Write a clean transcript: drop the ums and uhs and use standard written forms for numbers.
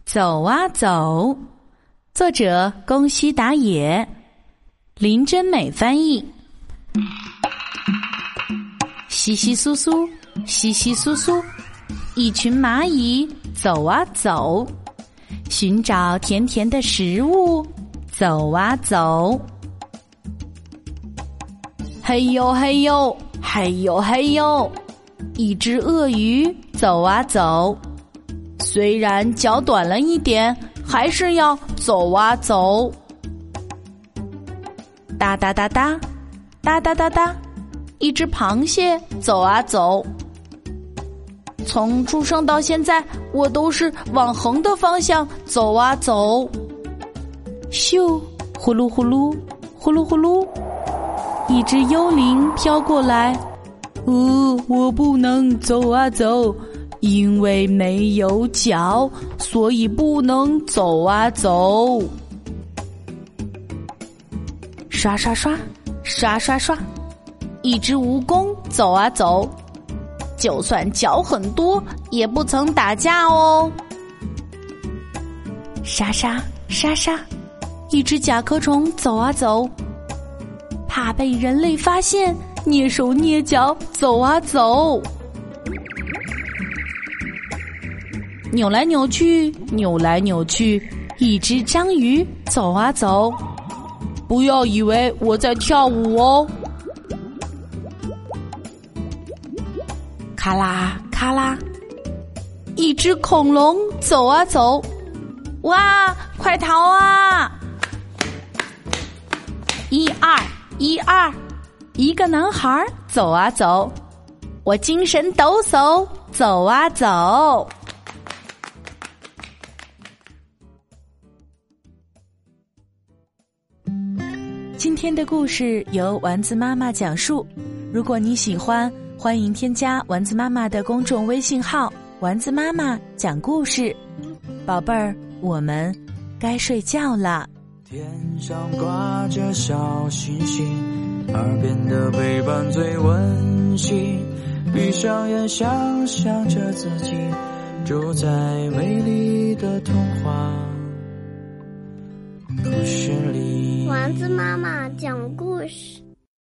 走啊走，作者宫西达也，林真美翻译。稀稀疏疏，稀稀疏疏，一群蚂蚁走啊走，寻找甜甜的食物，走啊走。嘿呦嘿呦，嘿呦嘿呦，一只鳄鱼走啊走，虽然脚短了一点，还是要走啊走。哒哒哒哒，哒哒哒哒，一只螃蟹走啊走。从出生到现在，我都是往横的方向走啊走。咻，呼噜呼噜，呼噜呼噜，一只幽灵飘过来。我不能走啊走，因为没有脚，所以不能走啊走。刷刷刷，刷刷刷，一只蜈蚣走啊走，就算脚很多，也不曾打架哦。沙沙沙沙，一只甲壳虫走啊走，怕被人类发现，蹑手蹑脚走啊走。扭来扭去，扭来扭去，一只章鱼走啊走。不要以为我在跳舞哦。咔啦咔啦，一只恐龙走啊走。哇，快逃啊！1、2、1、2，一个男孩走啊走，我精神抖擞走啊走。今天的故事由丸子妈妈讲述，如果你喜欢，欢迎添加丸子妈妈的公众微信号丸子妈妈讲故事。宝贝儿，我们该睡觉了。 天上挂着小星星，耳边的陪伴最温馨，闭上眼想象着自己住在美丽的童话故事里。 丸子妈妈讲故事。